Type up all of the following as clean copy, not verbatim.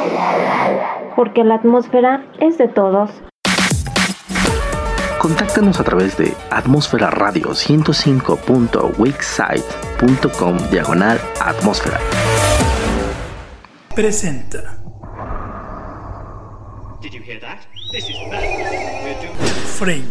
Porque la atmósfera es de todos. Contáctanos a través de Atmósfera Radio 105.wixsite.com/atmósfera. Presenta. Frame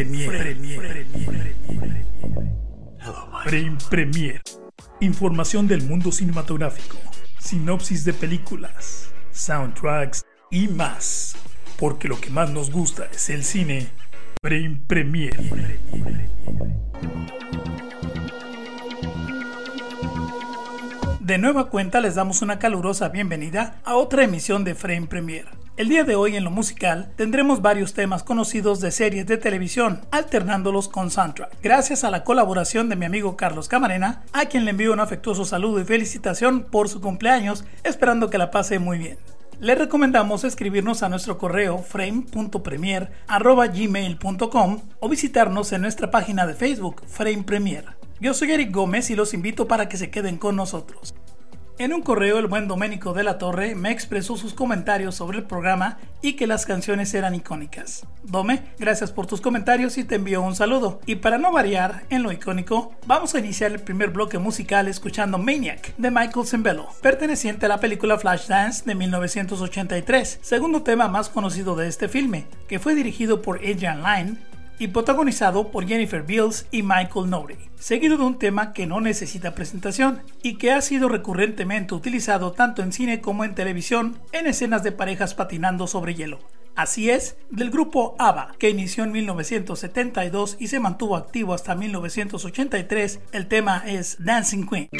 Premier. Información del mundo cinematográfico, sinopsis de películas, soundtracks y más. Porque lo que más nos gusta es el cine. Frame Premier. De nueva cuenta les damos una calurosa bienvenida a otra emisión de Frame Premier. El día de hoy en lo musical tendremos varios temas conocidos de series de televisión, alternándolos con soundtrack. Gracias a la colaboración de mi amigo Carlos Camarena, a quien le envío un afectuoso saludo y felicitación por su cumpleaños, esperando que la pase muy bien. Les recomendamos escribirnos a nuestro correo frame.premier@gmail.com o visitarnos en nuestra página de Facebook, Frame Premier. Yo soy Eric Gómez y los invito para que se queden con nosotros. En un correo, el buen Doménico de la Torre me expresó sus comentarios sobre el programa y que las canciones eran icónicas. Dome, gracias por tus comentarios y te envío un saludo. Y para no variar en lo icónico, vamos a iniciar el primer bloque musical escuchando Maniac de Michael Sembello, perteneciente a la película Flashdance de 1983, segundo tema más conocido de este filme, que fue dirigido por Adrian Lyne y protagonizado por Jennifer Beals y Michael Nouri, seguido de un tema que no necesita presentación y que ha sido recurrentemente utilizado tanto en cine como en televisión en escenas de parejas patinando sobre hielo. Así es, del grupo ABBA, que inició en 1972 y se mantuvo activo hasta 1983, el tema es Dancing Queen.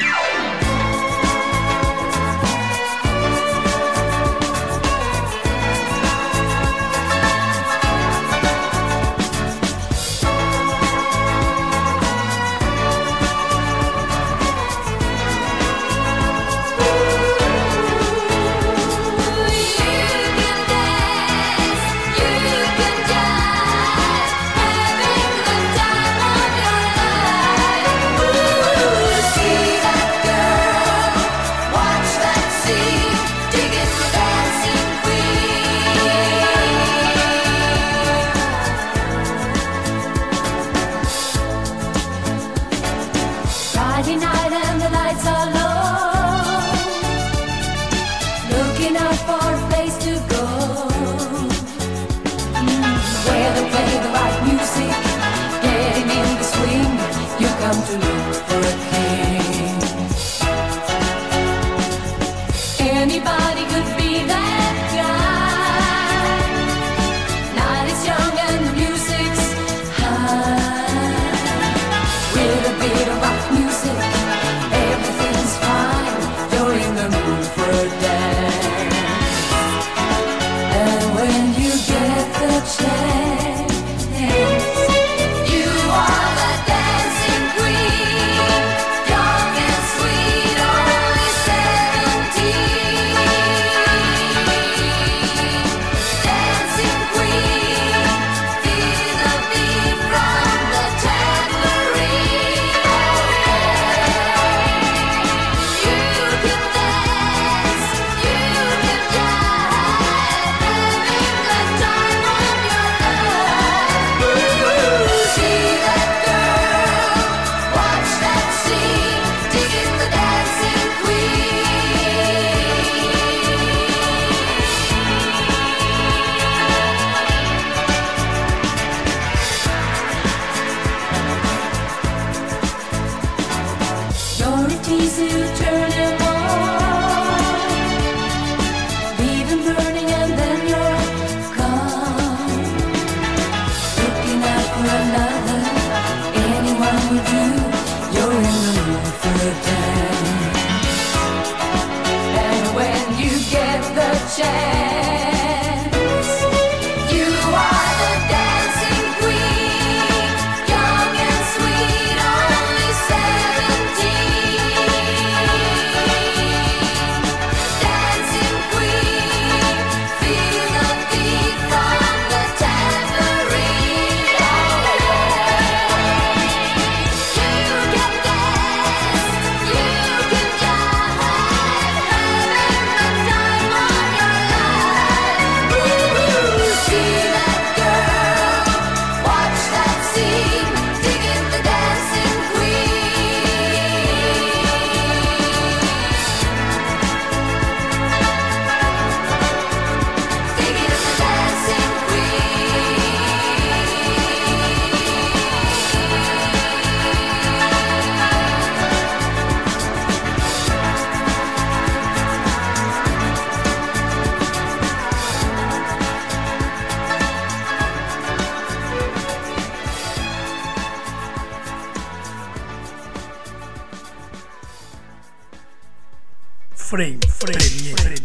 Frame Premier.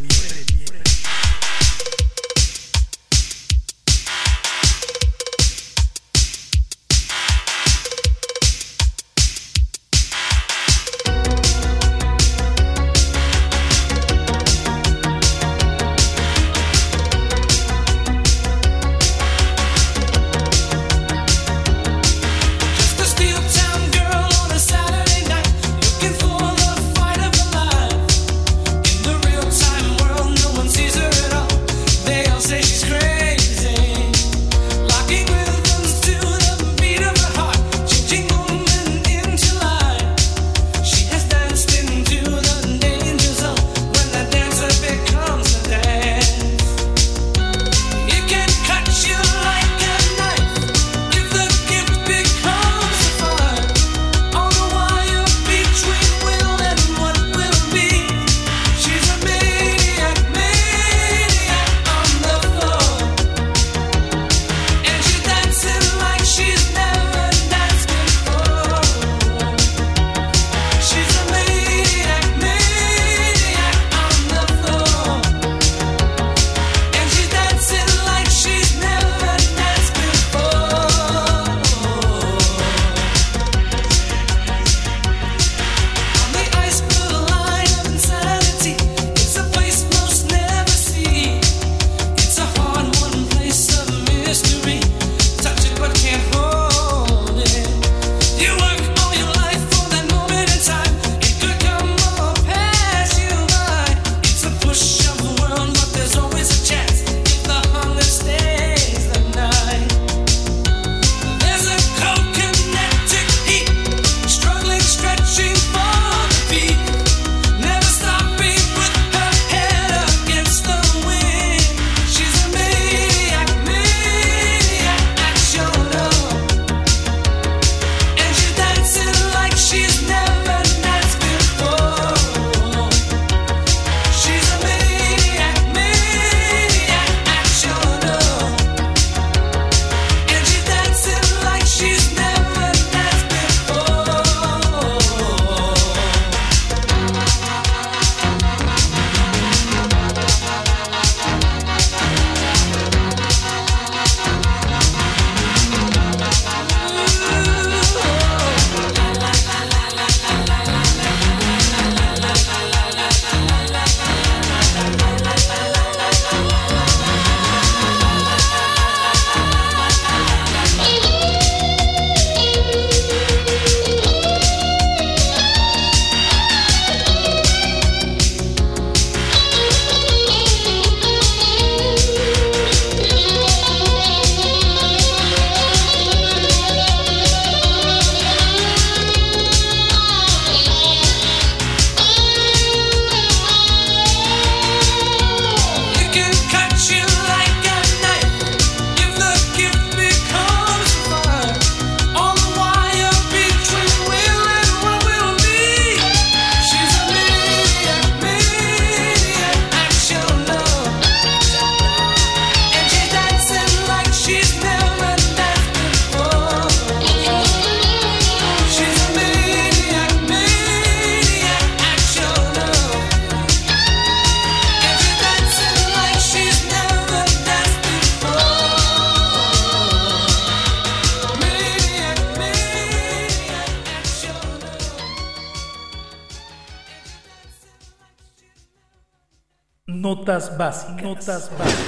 Notas básicas.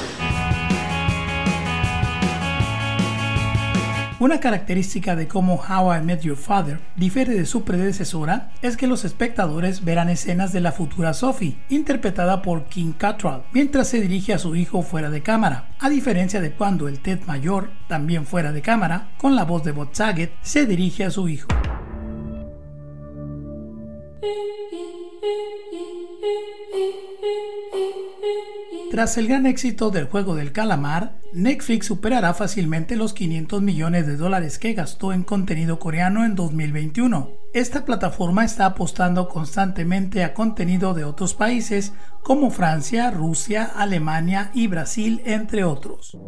Una característica de cómo How I Met Your Father difiere de su predecesora es que los espectadores verán escenas de la futura Sophie, interpretada por Kim Cattrall, mientras se dirige a su hijo fuera de cámara, a diferencia de cuando el Ted mayor, también fuera de cámara, con la voz de Bob Saget, se dirige a su hijo. Tras el gran éxito del juego del calamar, Netflix superará fácilmente los $500 millones que gastó en contenido coreano en 2021. Esta plataforma está apostando constantemente a contenido de otros países como Francia, Rusia, Alemania y Brasil, entre otros.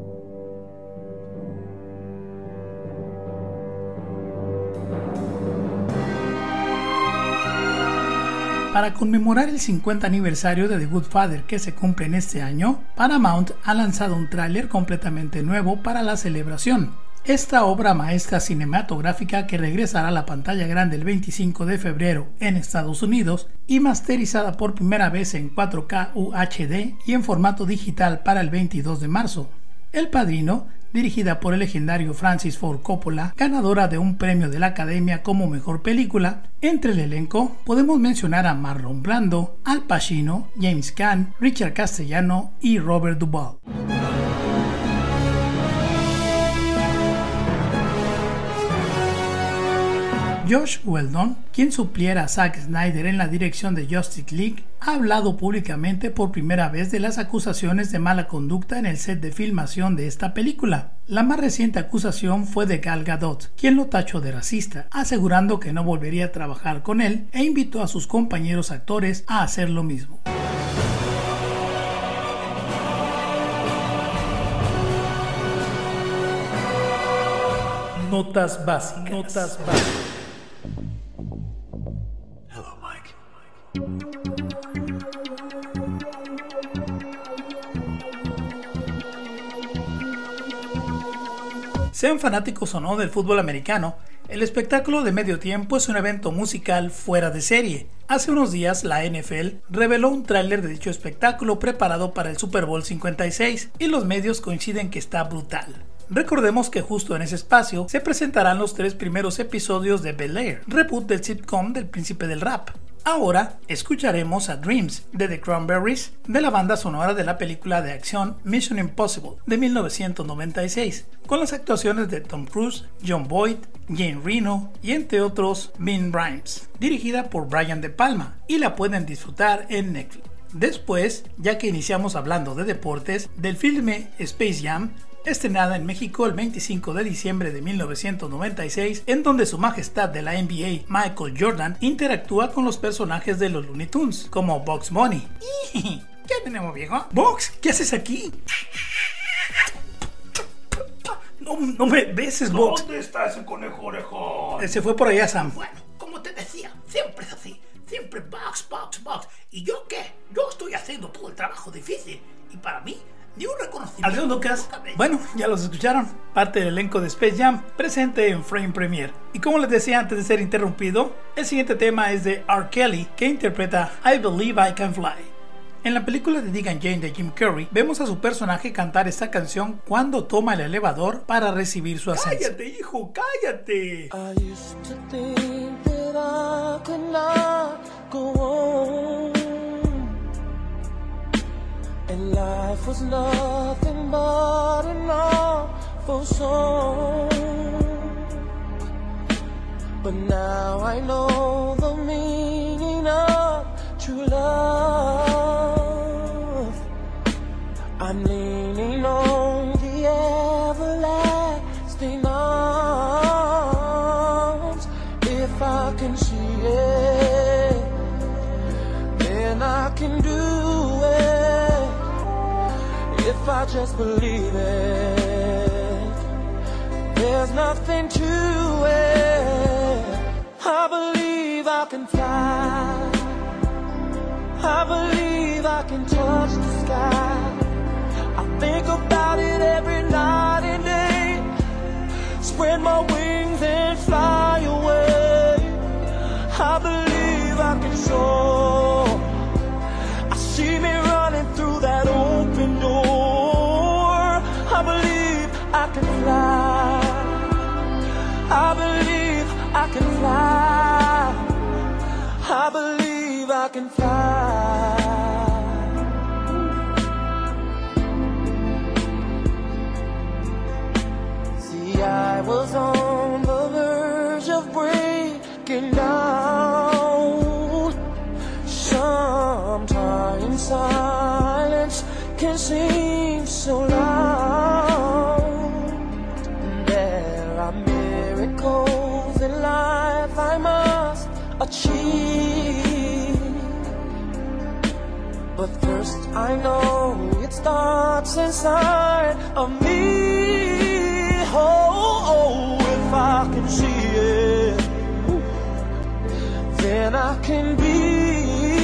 Para conmemorar el 50 aniversario de The Good Father que se cumple en este año, Paramount ha lanzado un tráiler completamente nuevo para la celebración. Esta obra maestra cinematográfica, que regresará a la pantalla grande el 25 de febrero en Estados Unidos y masterizada por primera vez en 4K UHD y en formato digital para el 22 de marzo. El Padrino, dirigida por el legendario Francis Ford Coppola, ganadora de un premio de la Academia como mejor película. Entre el elenco podemos mencionar a Marlon Brando, Al Pacino, James Caan, Richard Castellano y Robert Duvall. Josh Whedon, quien supliera a Zack Snyder en la dirección de Justice League, ha hablado públicamente por primera vez de las acusaciones de mala conducta en el set de filmación de esta película. La más reciente acusación fue de Gal Gadot, quien lo tachó de racista, asegurando que no volvería a trabajar con él e invitó a sus compañeros actores a hacer lo mismo. Notas básicas. Sean fanáticos o no del fútbol americano, el espectáculo de medio tiempo es un evento musical fuera de serie. Hace unos días la NFL reveló un tráiler de dicho espectáculo preparado para el Super Bowl 56 y los medios coinciden que está brutal. Recordemos que justo en ese espacio se presentarán los 3 primeros episodios de Bel-Air, reboot del sitcom del príncipe del rap. Ahora escucharemos a Dreams de The Cranberries, de la banda sonora de la película de acción Mission Impossible de 1996, con las actuaciones de Tom Cruise, Jon Voight, Jane Reno y entre otros Ving Rhames, dirigida por Brian De Palma, y la pueden disfrutar en Netflix. Después, ya que iniciamos hablando de deportes, del filme Space Jam, estrenada en México el 25 de diciembre de 1996, en donde su majestad de la NBA, Michael Jordan, interactúa con los personajes de los Looney Tunes, como Bugs Bunny. ¿Qué tenemos, viejo? Bugs, ¿qué haces aquí? No me beses, Bugs. ¿Dónde está ese conejo orejón? Se fue por allá, Sam. Bueno, como te decía, siempre es así. Siempre Bugs. ¿Y yo qué? Yo estoy haciendo todo el trabajo difícil. Y para mí, ni un reconocimiento. Adiós, Lucas. Bueno, ya los escucharon. Parte del elenco de Space Jam presente en Frame Premiere. Y como les decía antes de ser interrumpido, el siguiente tema es de R. Kelly, que interpreta I Believe I Can Fly. En la película de Dick and Jane de Jim Carrey, vemos a su personaje cantar esta canción cuando toma el elevador para recibir su ascenso. ¡Cállate, hijo! ¡Cállate! I used to think that I could not go on, and life was nothing but an awful song. But now I know the meaning of true love. I'm leaning on the everlasting arms. If I can see it, then I can do it. If I just believe it, there's nothing to it. I believe I can fly. I believe I can touch the sky. I think about it every night and day. Spread my wings and fly away. I believe I can soar. I see me running through that open door. I believe I can fly. I believe I can fly. I believe I can fly. I was on the verge of breaking down. Sometimes silence can seem so loud. There are miracles in life I must achieve. But first I know it starts inside of me. Oh, if I can see it, then I can be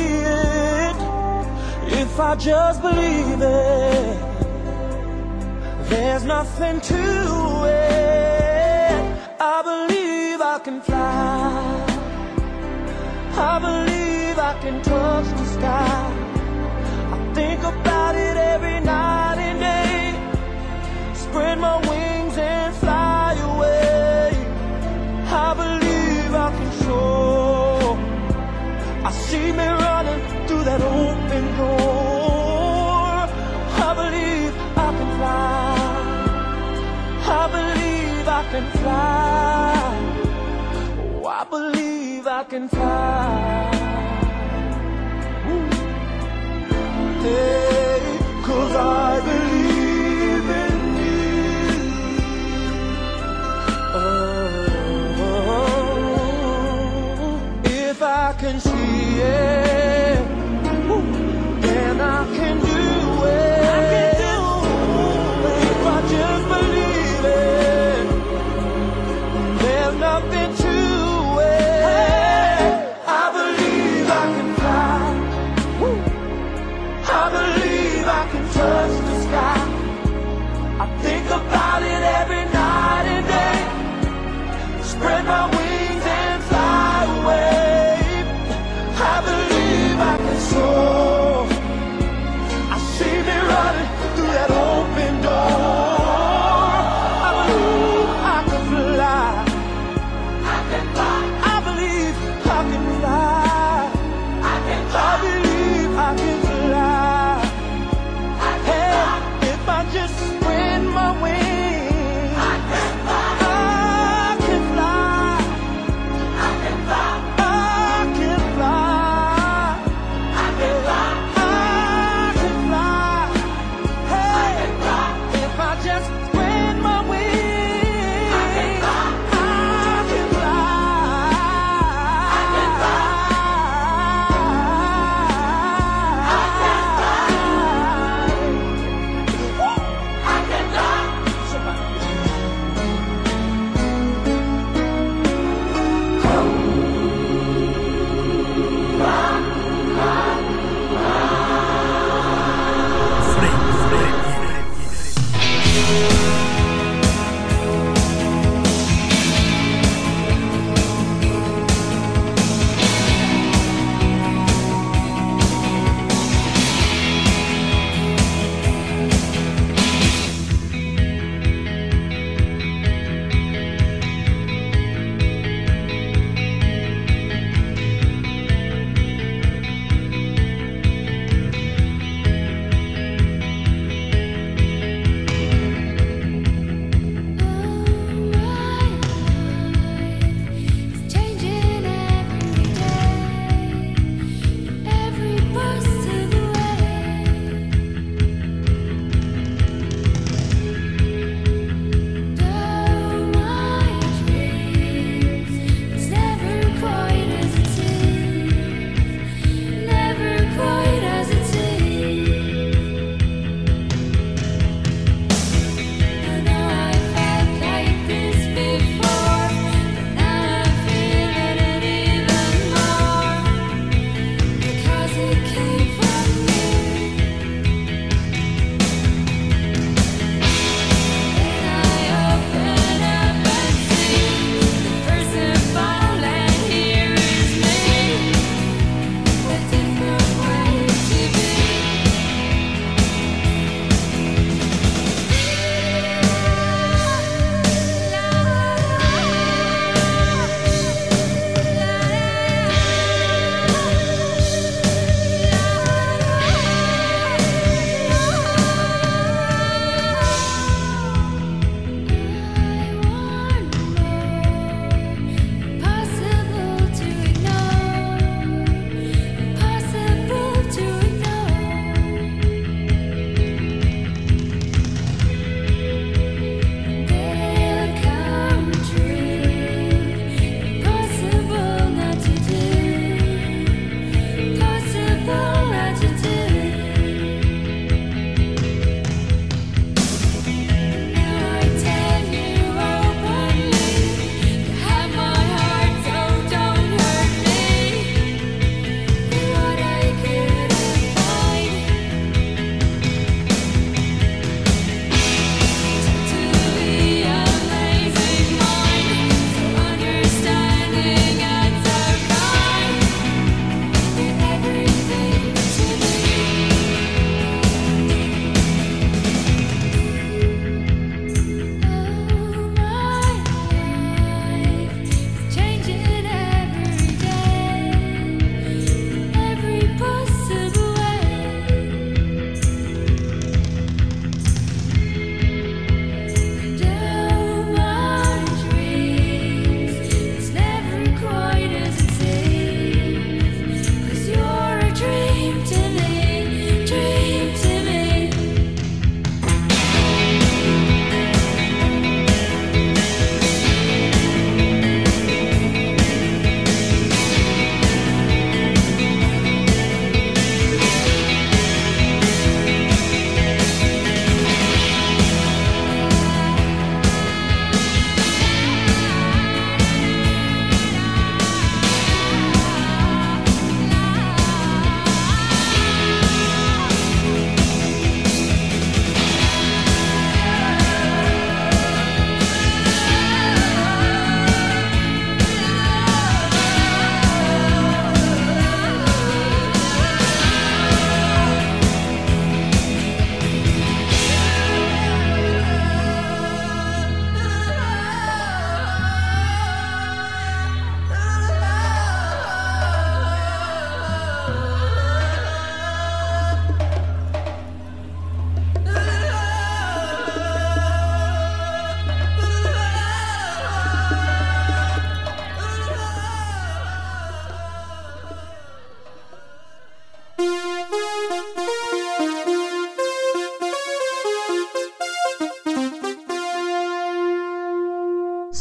if I just believe it. There's nothing to it. I believe I can fly. I believe I can touch the sky. I think about it every night and day. Spread my wings and fly away. I believe I can soar. I see me running through that open door. I believe I can fly. I believe I can fly. Oh, I believe I can fly. Hey, 'cause I believe in you. Oh, if I can see it, then I can do it. I can do it. If I just believe it, there's nothing to it. I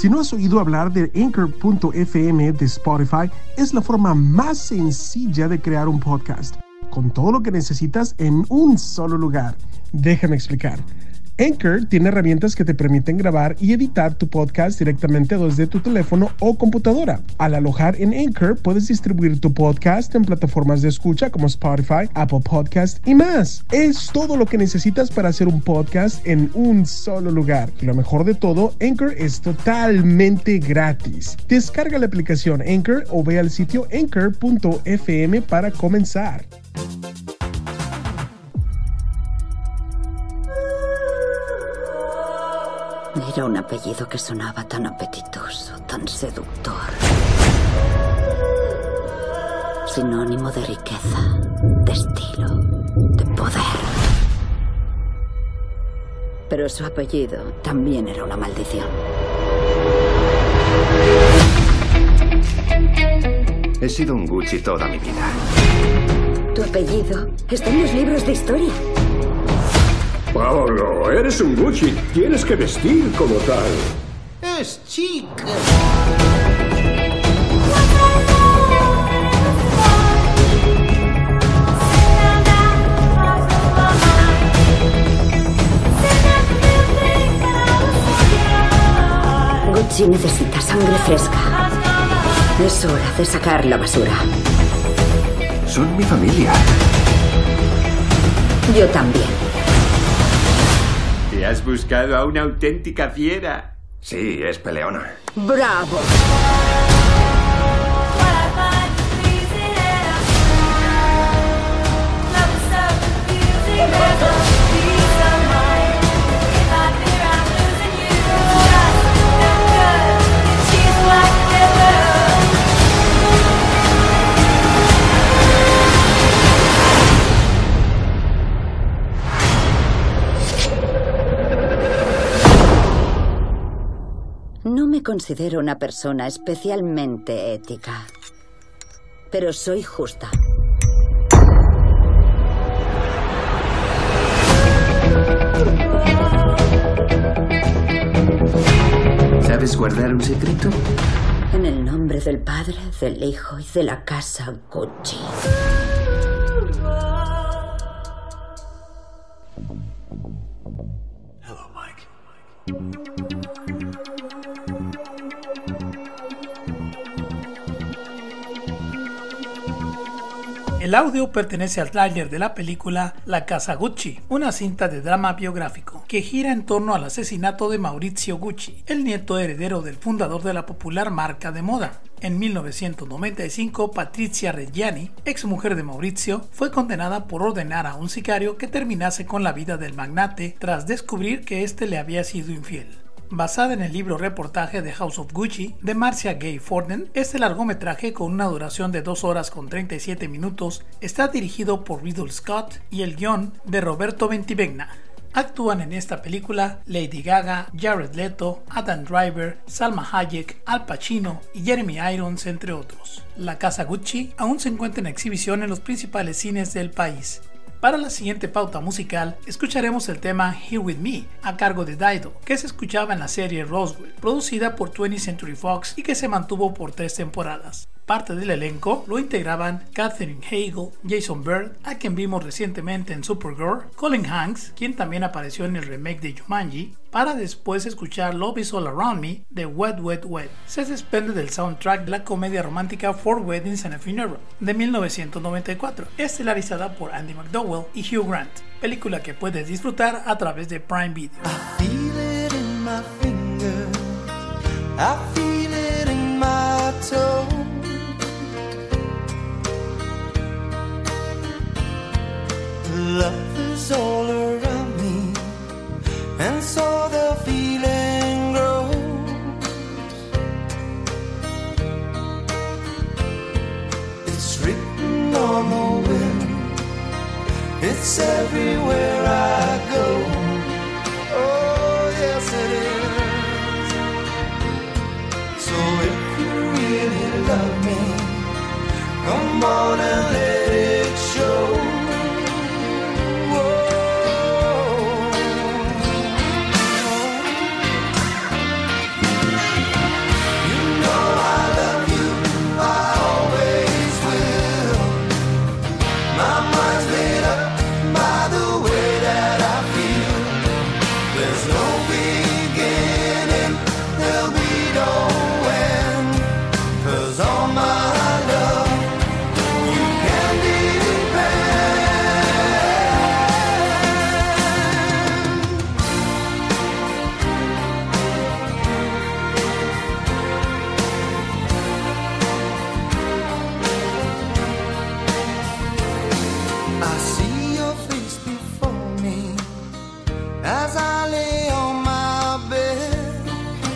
Si no has oído hablar de Anchor.fm de Spotify, es la forma más sencilla de crear un podcast, con todo lo que necesitas en un solo lugar. Déjame explicar. Anchor tiene herramientas que te permiten grabar y editar tu podcast directamente desde tu teléfono o computadora. Al alojar en Anchor, puedes distribuir tu podcast en plataformas de escucha como Spotify, Apple Podcast y más. Es todo lo que necesitas para hacer un podcast en un solo lugar. Y lo mejor de todo, Anchor es totalmente gratis. Descarga la aplicación Anchor o ve al sitio Anchor.fm para comenzar. Era un apellido que sonaba tan apetitoso, tan seductor. Sinónimo de riqueza, de estilo, de poder. Pero su apellido también era una maldición. He sido un Gucci toda mi vida. Tu apellido está en los libros de historia. Paolo, eres un Gucci. Tienes que vestir como tal. Es chic. Gucci necesita sangre fresca. Es hora de sacar la basura. Son mi familia. Yo también. ¿Te has buscado a una auténtica fiera? Sí, es peleona. ¡Bravo! No me considero una persona especialmente ética, pero soy justa. ¿Sabes guardar un secreto? En el nombre del Padre, del Hijo y de la casa Gucci. Hello, Mike. El audio pertenece al tráiler de la película La Casa Gucci, una cinta de drama biográfico que gira en torno al asesinato de Maurizio Gucci, el nieto heredero del fundador de la popular marca de moda. En 1995, Patrizia Reggiani, exmujer de Maurizio, fue condenada por ordenar a un sicario que terminase con la vida del magnate tras descubrir que éste le había sido infiel. Basada en el libro reportaje The House of Gucci de Marcia Gay Forden, este largometraje con una duración de 2 horas con 37 minutos está dirigido por Ridley Scott y el guión de Roberto Bentivegna. Actúan en esta película Lady Gaga, Jared Leto, Adam Driver, Salma Hayek, Al Pacino y Jeremy Irons, entre otros. La Casa Gucci aún se encuentra en exhibición en los principales cines del país. Para la siguiente pauta musical, escucharemos el tema Here With Me, a cargo de Dido, que se escuchaba en la serie Roswell, producida por 20th Century Fox y que se mantuvo por 3 temporadas. Parte del elenco lo integraban Katherine Heigl, Jason Bird, a quien vimos recientemente en Supergirl, Colin Hanks, quien también apareció en el remake de Jumanji, para después escuchar Love Is All Around Me de Wet Wet Wet. Se desprende del soundtrack de la comedia romántica Four Weddings and a Funeral de 1994, estelarizada por Andy McDowell y Hugh Grant, película que puedes disfrutar a través de Prime Video. I feel it in my fingers, I feel it in my toes. Love is all around me, and so the feeling grows. It's written on the wind, it's everywhere I go. Oh, yes it is. So if you really love me, come on and let it show. There's no beginning, there'll be no end. 'Cause all my love, you can depend. I see your face before me as I lay on my bed.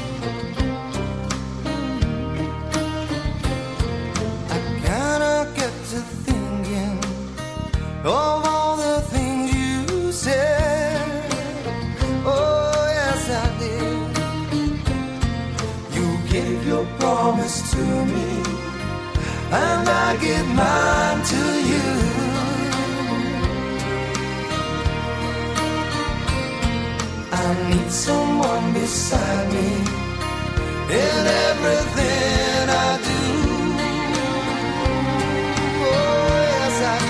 I cannot get to thinking of all the things you said. Oh, yes, I did. You gave your promise to me, and I give mine to you. I need someone beside me in everything I do. Oh, yes, I do.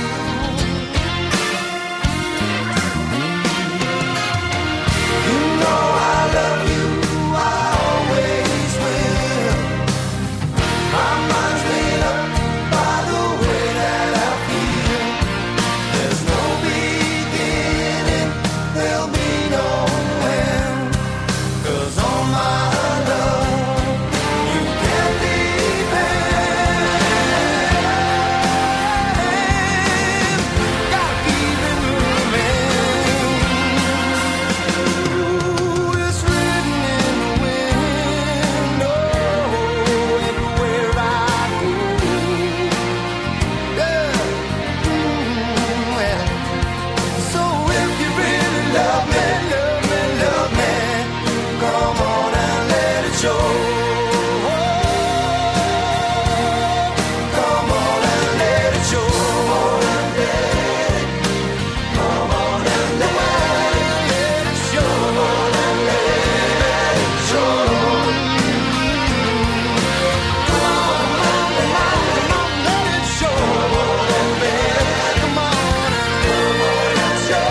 You know I love you, I always will. My mind's made up by the way that I feel. There's no beginning, there'll be no end. 'Cause all my love, you can depend. Gotta keep it moving. Ooh, it's written in the wind. Oh, everywhere I go. Yeah. Well, so if you really love me, love me, love me, come on and let it show. Come on and let it show. Come on and let it show. Come on and let it show. Come on, let it show. Come on and let it show.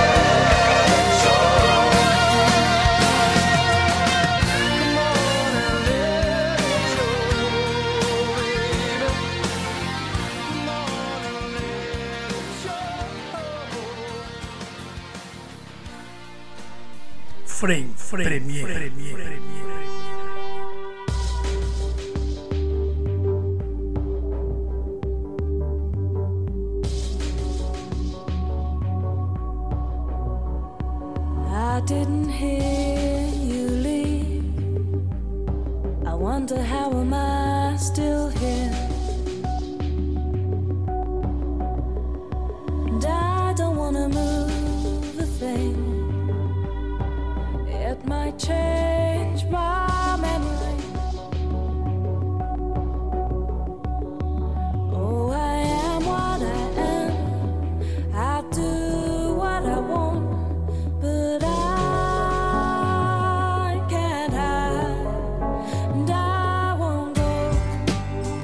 Frame Premier. I didn't hear you leave. I wonder how am I still here? And I don't wanna move a thing. It might change my memory. Oh, I am what I am. I do what I want. But I can't hide, and I won't go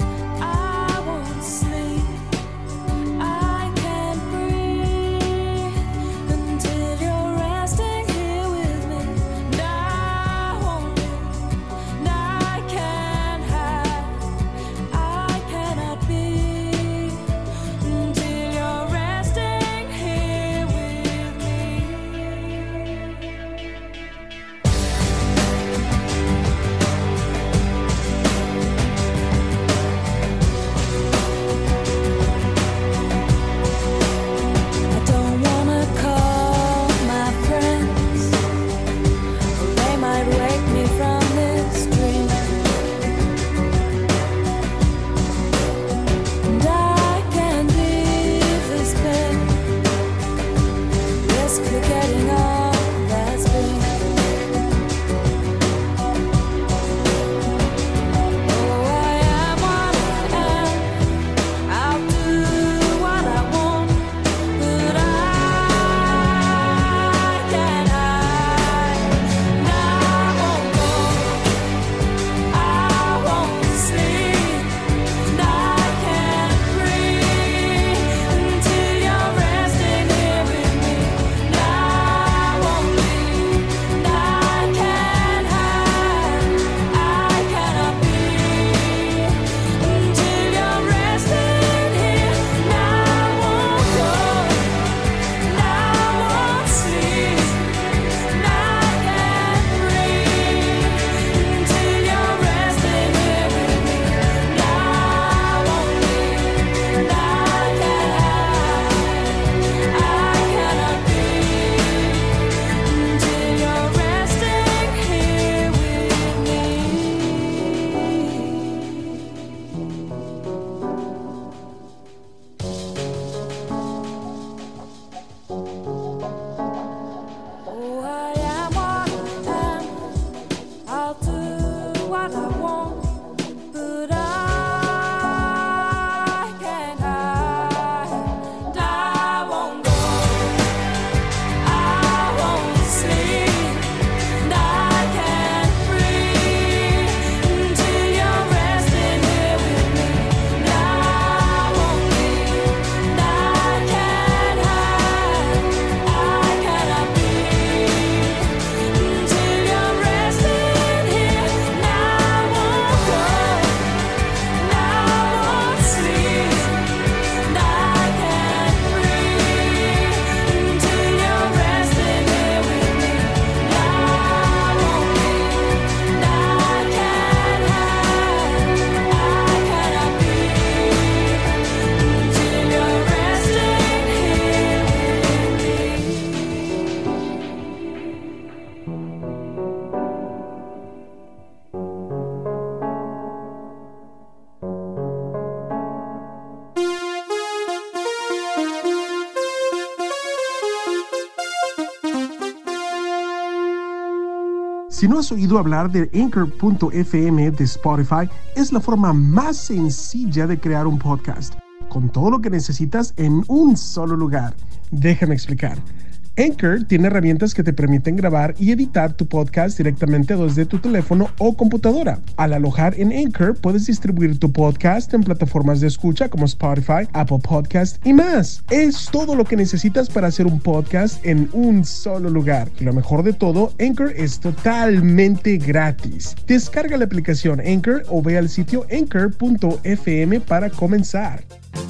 Si no has oído hablar de Anchor.fm de Spotify, es la forma más sencilla de crear un podcast, con todo lo que necesitas en un solo lugar. Déjame explicar. Anchor tiene herramientas que te permiten grabar y editar tu podcast directamente desde tu teléfono o computadora. Al alojar en Anchor, puedes distribuir tu podcast en plataformas de escucha como Spotify, Apple Podcast y más. Es todo lo que necesitas para hacer un podcast en un solo lugar. Y lo mejor de todo, Anchor es totalmente gratis. Descarga la aplicación Anchor o ve al sitio anchor.fm para comenzar.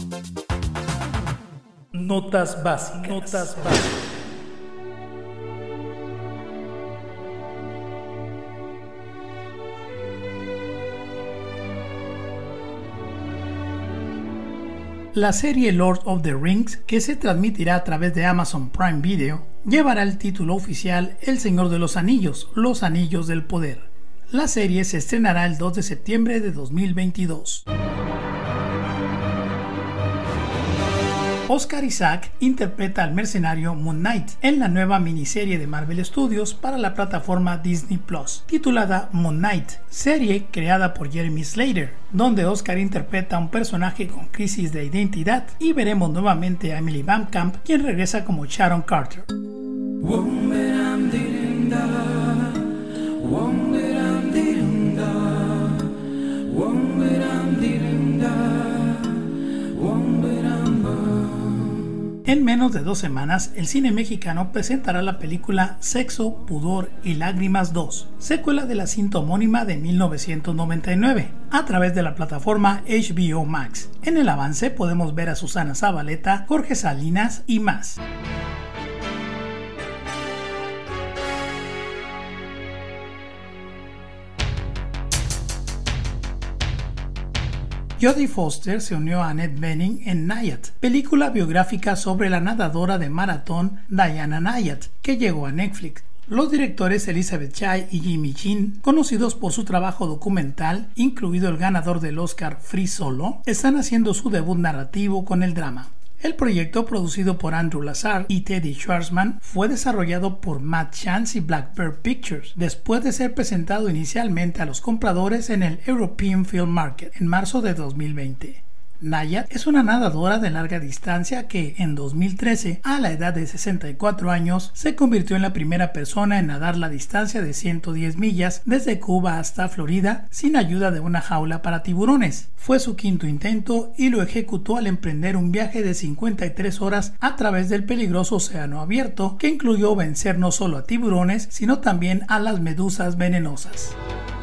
Notas básicas. La serie Lord of the Rings, que se transmitirá a través de Amazon Prime Video, llevará el título oficial El Señor de los Anillos, Los Anillos del Poder. La serie se estrenará el 2 de septiembre de 2022. Oscar Isaac interpreta al mercenario Moon Knight en la nueva miniserie de Marvel Studios para la plataforma Disney Plus, titulada Moon Knight, serie creada por Jeremy Slater, donde Oscar interpreta a un personaje con crisis de identidad y veremos nuevamente a Emily Van Camp, quien regresa como Sharon Carter. En menos de 2 semanas, el cine mexicano presentará la película Sexo, Pudor y Lágrimas 2, secuela de la cinta homónima de 1999, a través de la plataforma HBO Max. En el avance podemos ver a Susana Zabaleta, Jorge Salinas y más. Jodie Foster se unió a Annette Bening en Nyad, película biográfica sobre la nadadora de maratón Diana Nyad, que llegó a Netflix. Los directores Elizabeth Chai y Jimmy Chin, conocidos por su trabajo documental, incluido el ganador del Oscar Free Solo, están haciendo su debut narrativo con el drama. El proyecto, producido por Andrew Lazar y Teddy Schwarzman, fue desarrollado por Matt Chance y Black Bear Pictures, después de ser presentado inicialmente a los compradores en el European Film Market en marzo de 2020. Nyad es una nadadora de larga distancia que, en 2013, a la edad de 64 años, se convirtió en la primera persona en nadar la distancia de 110 millas desde Cuba hasta Florida sin ayuda de una jaula para tiburones. Fue su 5º intento y lo ejecutó al emprender un viaje de 53 horas a través del peligroso océano abierto, que incluyó vencer no solo a tiburones, sino también a las medusas venenosas.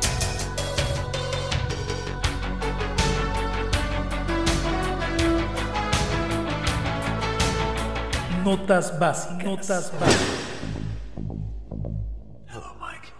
Notas básicas. Hello, Mike.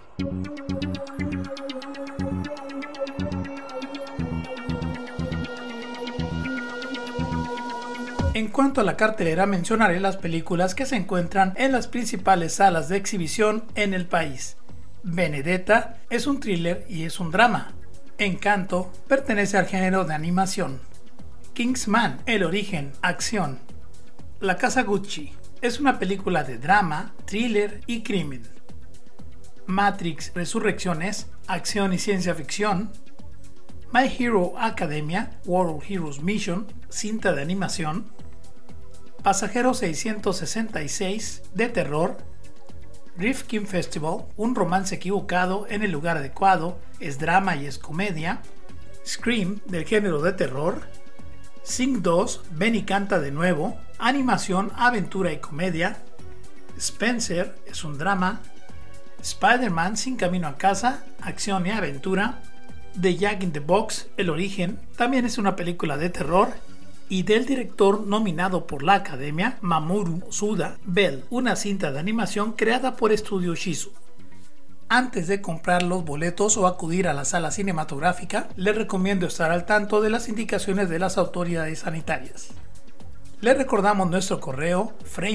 En cuanto a la cartelera, mencionaré las películas que se encuentran en las principales salas de exhibición en el país. Benedetta es un thriller y es un drama. Encanto pertenece al género de animación. Kingsman, El Origen, acción. La Casa Gucci es una película de drama, thriller y crimen. Matrix Resurrecciones, acción y ciencia ficción. My Hero Academia, World Heroes Mission, cinta de animación. Pasajero 666, de terror. Rifkin Festival, un romance equivocado en el lugar adecuado, es drama y es comedia. Scream, del género de terror. Sing 2, Ven y canta de nuevo, animación, aventura y comedia. Spencer es un drama. Spider-Man Sin Camino a Casa, acción y aventura. The Jack in the Box, El Origen, también es una película de terror. Y del director nominado por la Academia, Mamoru Hosoda, Bell, una cinta de animación creada por Estudio Shizu. Antes de comprar los boletos o acudir a la sala cinematográfica, les recomiendo estar al tanto de las indicaciones de las autoridades sanitarias. Les recordamos nuestro correo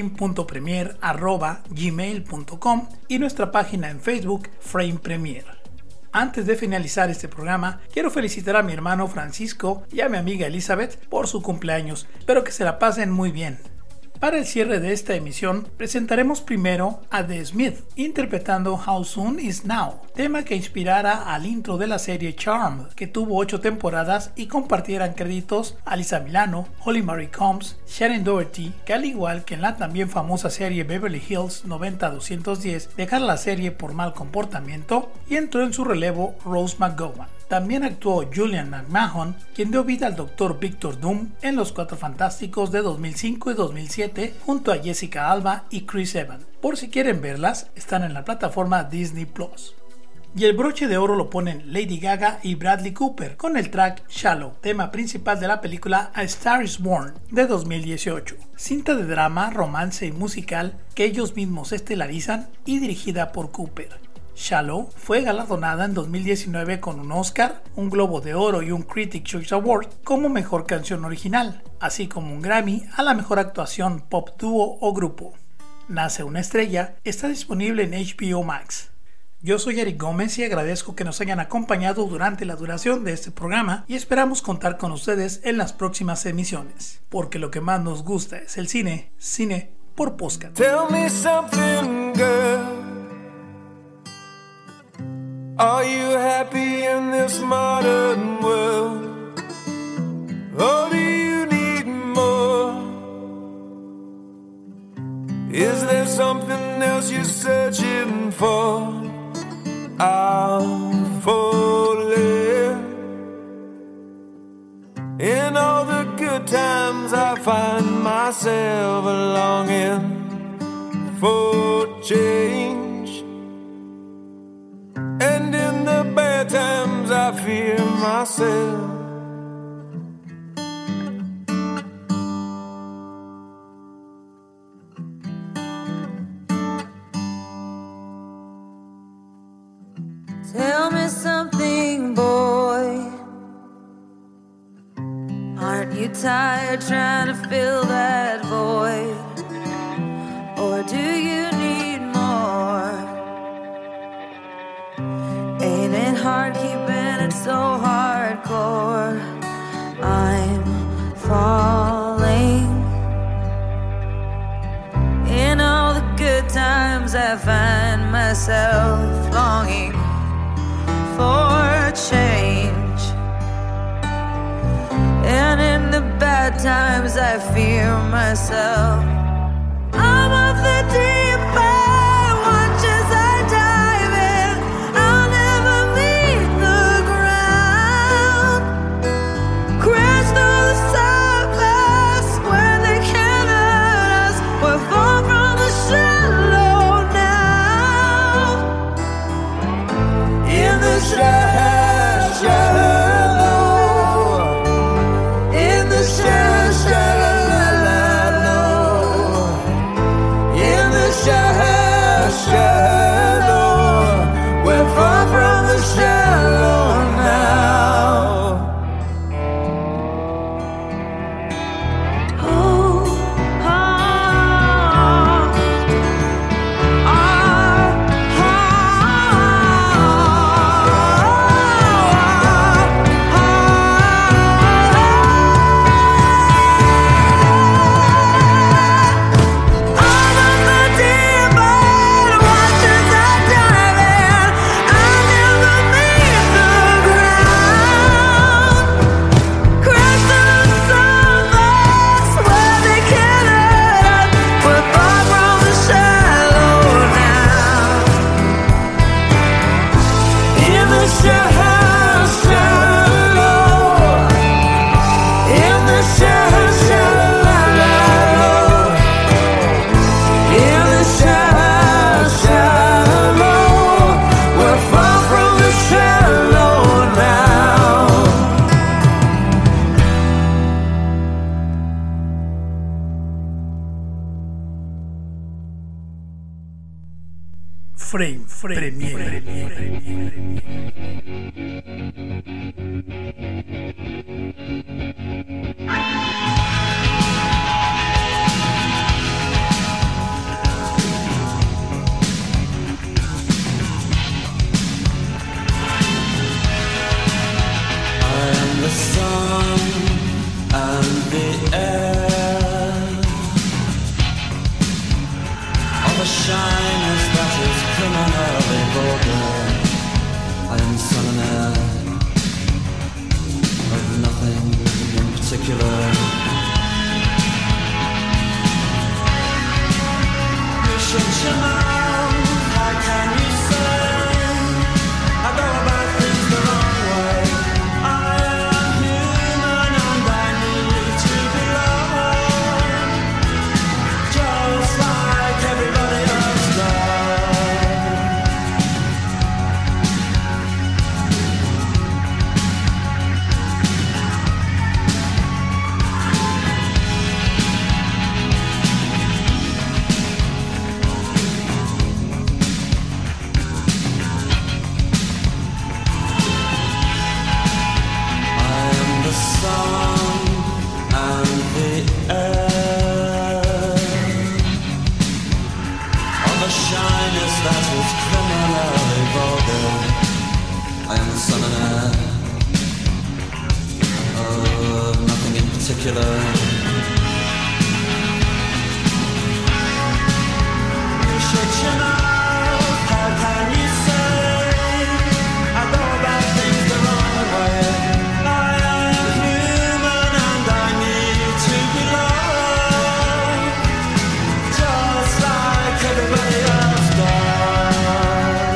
frame.premier@gmail.com y nuestra página en Facebook Frame Premier. Antes de finalizar este programa, quiero felicitar a mi hermano Francisco y a mi amiga Elizabeth por su cumpleaños. Espero que se la pasen muy bien. Para el cierre de esta emisión, presentaremos primero a The Smith, interpretando How Soon Is Now, tema que inspirara al intro de la serie Charmed, que tuvo 8 temporadas y compartieran créditos Alyssa Milano, Holly Marie Combs, Sharon Doherty, que al igual que en la también famosa serie Beverly Hills 90210, dejaron la serie por mal comportamiento y entró en su relevo Rose McGowan. También actuó Julian McMahon, quien dio vida al Dr. Victor Doom en Los Cuatro Fantásticos de 2005 y 2007 junto a Jessica Alba y Chris Evans. Por si quieren verlas, están en la plataforma Disney Plus. Y el broche de oro lo ponen Lady Gaga y Bradley Cooper con el track Shallow, tema principal de la película A Star Is Born de 2018, cinta de drama, romance y musical que ellos mismos estelarizan y dirigida por Cooper. Shallow fue galardonada en 2019 con un Oscar, un Globo de Oro y un Critics' Choice Award como mejor canción original, así como un Grammy a la mejor actuación pop dúo o grupo. Nace una estrella está disponible en HBO Max. Yo soy Eric Gómez y agradezco que nos hayan acompañado durante la duración de este programa y esperamos contar con ustedes en las próximas emisiones, porque lo que más nos gusta es el cine, cine por podcast. Tell me something, girl. Are you happy in this modern world? Or do you need more? Is there something else you're searching for? I'm falling. In all the good times I find myself longing for change. And in the bad times I fear myself. Tell me something, boy. Aren't you tired trying to fill that void? Or do you need more? Ain't it hard keeping it so hardcore? I'm falling. In all the good times I find myself longing for change. And in the bad times I fear myself. I'm of the deep end, watch as I dive in. I'll never meet the ground. Crash through the surface where they can't hurt us. We're far from the shallow now. In the shallow, in the shallow, in the shallow, we're far from the shallow now. Oh, oh, Frame Premiere. I'm the sun and the air. shyness that is criminally vulgar. I am son and heir of nothing in particular. You shut your mouth, how can you say I go about things the wrong way? I am human and I need to be loved, just like everybody else does. I am the sun and the air of a shyness that is criminally vulgar. I am the sun and air of nothing in particular. You shut your mouth, how can you say I go about things the wrong way? I am human and I need to be loved, just like everybody else does.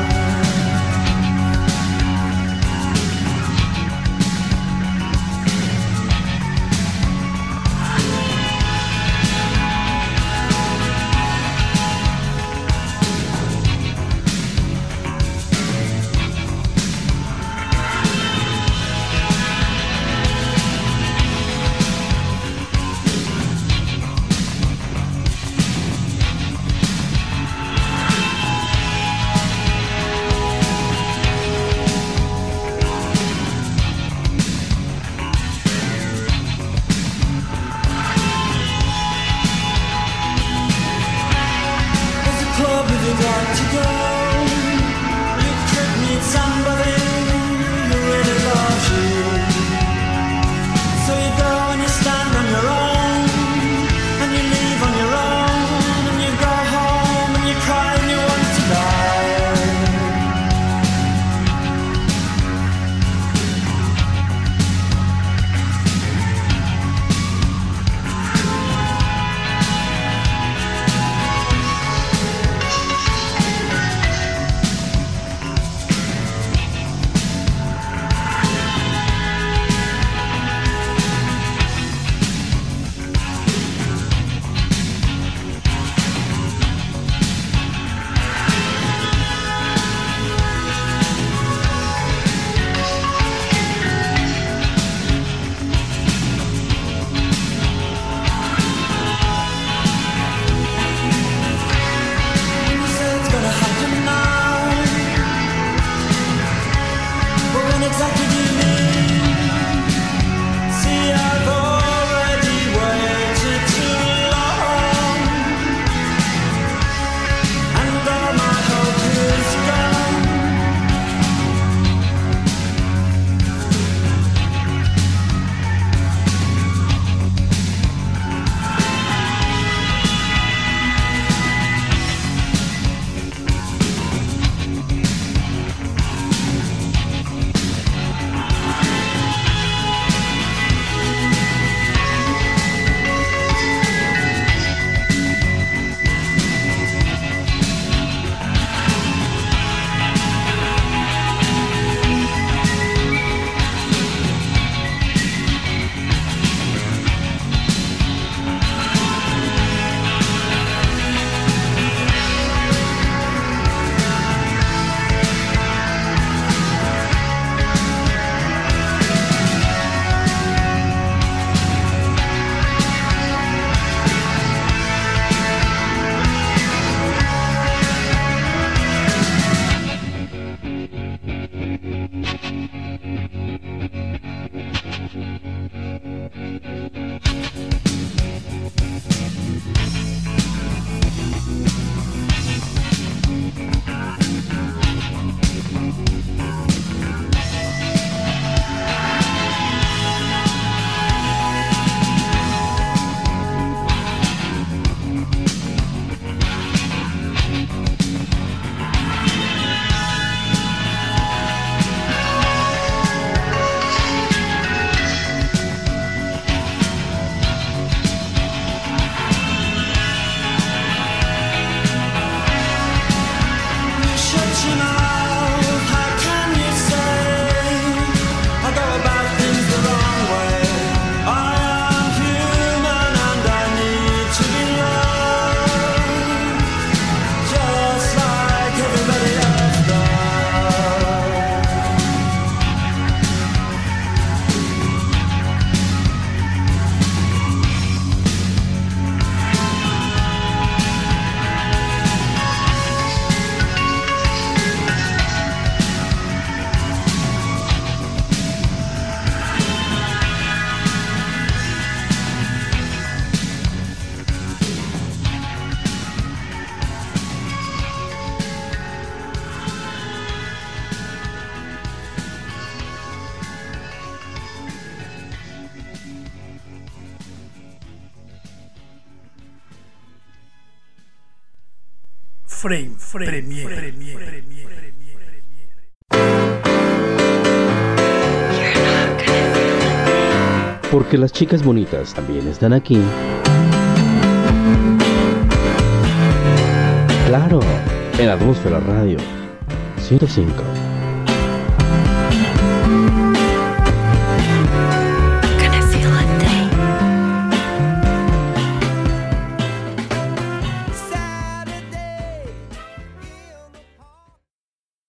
Frame Premier. Porque las chicas bonitas también están aquí. Claro, en Atmósfera Radio 105.